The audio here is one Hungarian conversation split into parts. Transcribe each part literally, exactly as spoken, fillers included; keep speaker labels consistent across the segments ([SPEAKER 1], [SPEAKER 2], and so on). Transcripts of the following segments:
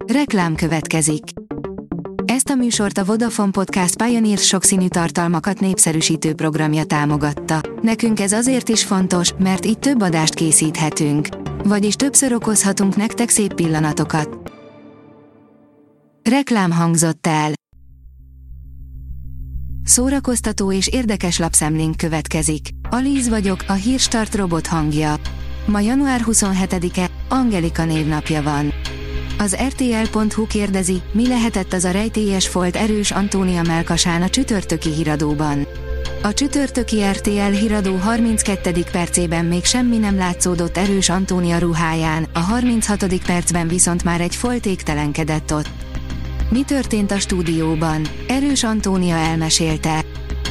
[SPEAKER 1] Reklám következik. Ezt a műsort a Vodafone Podcast Pioneer sokszínű tartalmakat népszerűsítő programja támogatta. Nekünk ez azért is fontos, mert így több adást készíthetünk. Vagyis többször okozhatunk nektek szép pillanatokat. Reklám hangzott el. Szórakoztató és érdekes lapszemlénk következik. Alíz vagyok, a Hírstart robot hangja. Ma január huszonhetedike, Angelika névnapja van. Az er té el pont hu kérdezi, mi lehetett az a rejtélyes folt Erős Antónia mellkasán a csütörtöki híradóban. A csütörtöki er té el híradó harminckettedik percében még semmi nem látszódott Erős Antónia ruháján, a harminchatodik percben viszont már egy folt égtelenkedett ott. Mi történt a stúdióban? Erős Antónia elmesélte.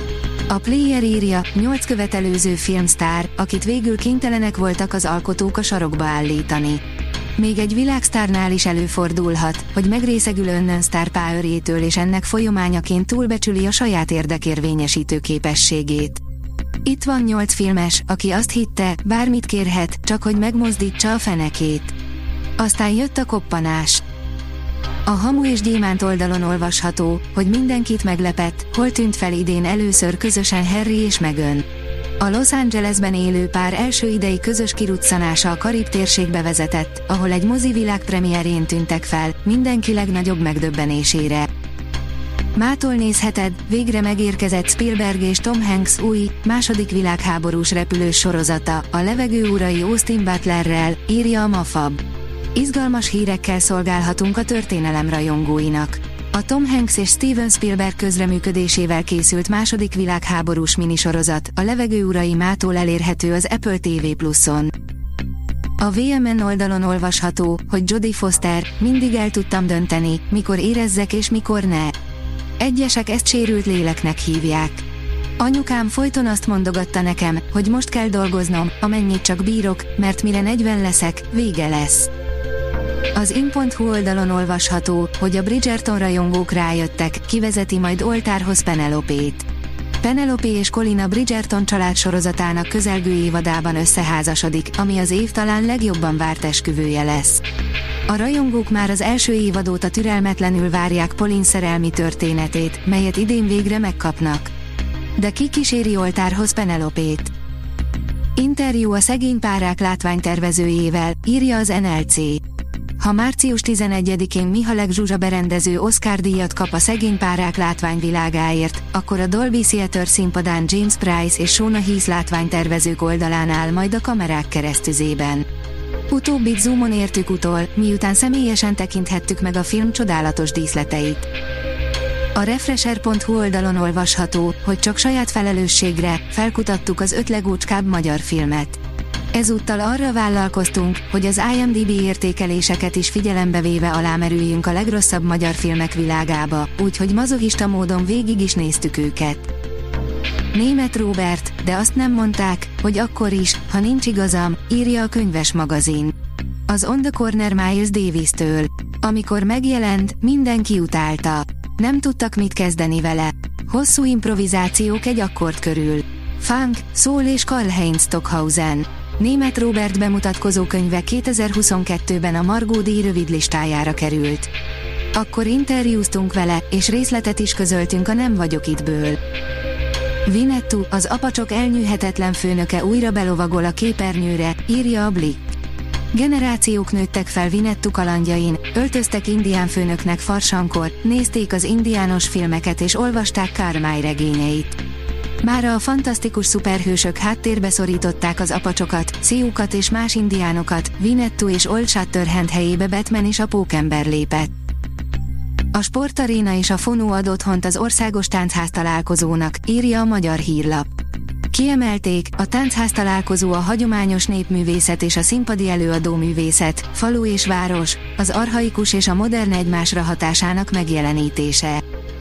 [SPEAKER 1] A Player írja, nyolc követelőző filmsztár, akit végül kénytelenek voltak az alkotók a sarokba állítani. Még egy világsztárnál is előfordulhat, hogy megrészegül önnön Star Powerjétől és ennek folyamányaként túlbecsüli a saját érdekérvényesítő képességét. Itt van nyolc filmes, aki azt hitte, bármit kérhet, csak hogy megmozdítsa a fenekét. Aztán jött a koppanás. A Hamu és Gyémánt oldalon olvasható, hogy mindenkit meglepett, hol tűnt fel idén először közösen Harry és Meghan. A Los Angelesben élő pár első idei közös kiruccanása a Karib térségbe vezetett, ahol egy mozivilág premierjén tűntek fel, mindenki legnagyobb megdöbbenésére. Mától nézheted, végre megérkezett Spielberg és Tom Hanks új, második világháborús repülős sorozata, a levegő urai Austin Butlerrel, írja a Mafab. Izgalmas hírekkel szolgálhatunk a történelem rajongóinak. A Tom Hanks és Steven Spielberg közreműködésével készült második világháborús minisorozat, a levegő urai mától elérhető az Apple té vé Pluson. A vé em en oldalon olvasható, hogy Jodie Foster, mindig el tudtam dönteni, mikor érezzek és mikor ne. Egyesek ezt sérült léleknek hívják. Anyukám folyton azt mondogatta nekem, hogy most kell dolgoznom, amennyit csak bírok, mert mire negyven leszek, vége lesz. Az in pont hu oldalon olvasható, hogy a Bridgerton rajongók rájöttek, kivezeti majd oltárhoz Penelopét. Penelope és Colin a Bridgerton család sorozatának közelgő évadában összeházasodik, ami az év talán legjobban várt esküvője lesz. A rajongók már az első évad óta türelmetlenül várják Pauline szerelmi történetét, melyet idén végre megkapnak. De ki kíséri oltárhoz Penelopét? Interjú a szegény párák látványtervezőjével, írja az en el cé. Ha március tizenegyedikén Mihalek Zsuzsa berendező Oscar-díjat kap a szegény párák látványvilágáért, akkor a Dolby Theatre színpadán James Price és Shona Heath látványtervezők oldalán áll majd a kamerák keresztüzében. Utóbbit zoomon értük utol, miután személyesen tekinthettük meg a film csodálatos díszleteit. A Refresher pont hu oldalon olvasható, hogy csak saját felelősségre felkutattuk az öt legócskább magyar filmet. Ezúttal arra vállalkoztunk, hogy az i em dé bé értékeléseket is figyelembe véve alámerüljünk a legrosszabb magyar filmek világába, úgyhogy mazochista módon végig is néztük őket. Németh Róbert, de azt nem mondták, hogy akkor is, ha nincs igazam, írja a Könyves magazin. Az On the Corner Miles Davis-től. Amikor megjelent, mindenki utálta. Nem tudtak mit kezdeni vele. Hosszú improvizációk egy akkord körül. Funk, soul és Karl-Heinz Stockhausen. Németh Róbert bemutatkozó könyve kétezer-huszonkettőben a Margó díj rövidlistájára került. Akkor interjúztunk vele, és részletet is közöltünk a Nem vagyok ittből. Winnetou, az apacsok elnyűhetetlen főnöke újra belovagol a képernyőre, írja a Blick. Generációk nőttek fel Winnetou kalandjain, öltöztek indián főnöknek farsankor, nézték az indiános filmeket és olvasták Carmine regényeit. Mára a fantasztikus szuperhősök háttérbe szorították az apacsokat, Sioux-kat és más indiánokat, Winnetou és Old Shatterhand helyébe Batman és a Pókember lépett. A Sportaréna és a Fonó ad otthont az országos táncház találkozónak, írja a Magyar Hírlap. Kiemelték, a táncház találkozó a hagyományos népművészet és a színpadi előadó művészet, falu és város, az archaikus és a modern egymásra hatásának megjelenítése.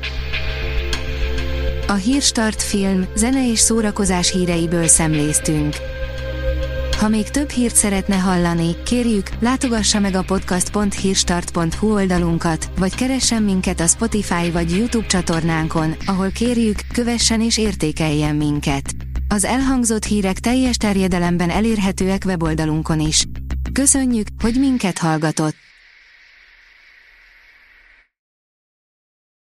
[SPEAKER 1] A Hírstart film, zene és szórakozás híreiből szemléztünk. Ha még több hírt szeretne hallani, kérjük, látogassa meg a podcast pont hírstart pont hu oldalunkat, vagy keressen minket a Spotify vagy YouTube csatornánkon, ahol kérjük, kövessen és értékeljen minket. Az elhangzott hírek teljes terjedelemben elérhetőek weboldalunkon is. Köszönjük, hogy minket hallgatott!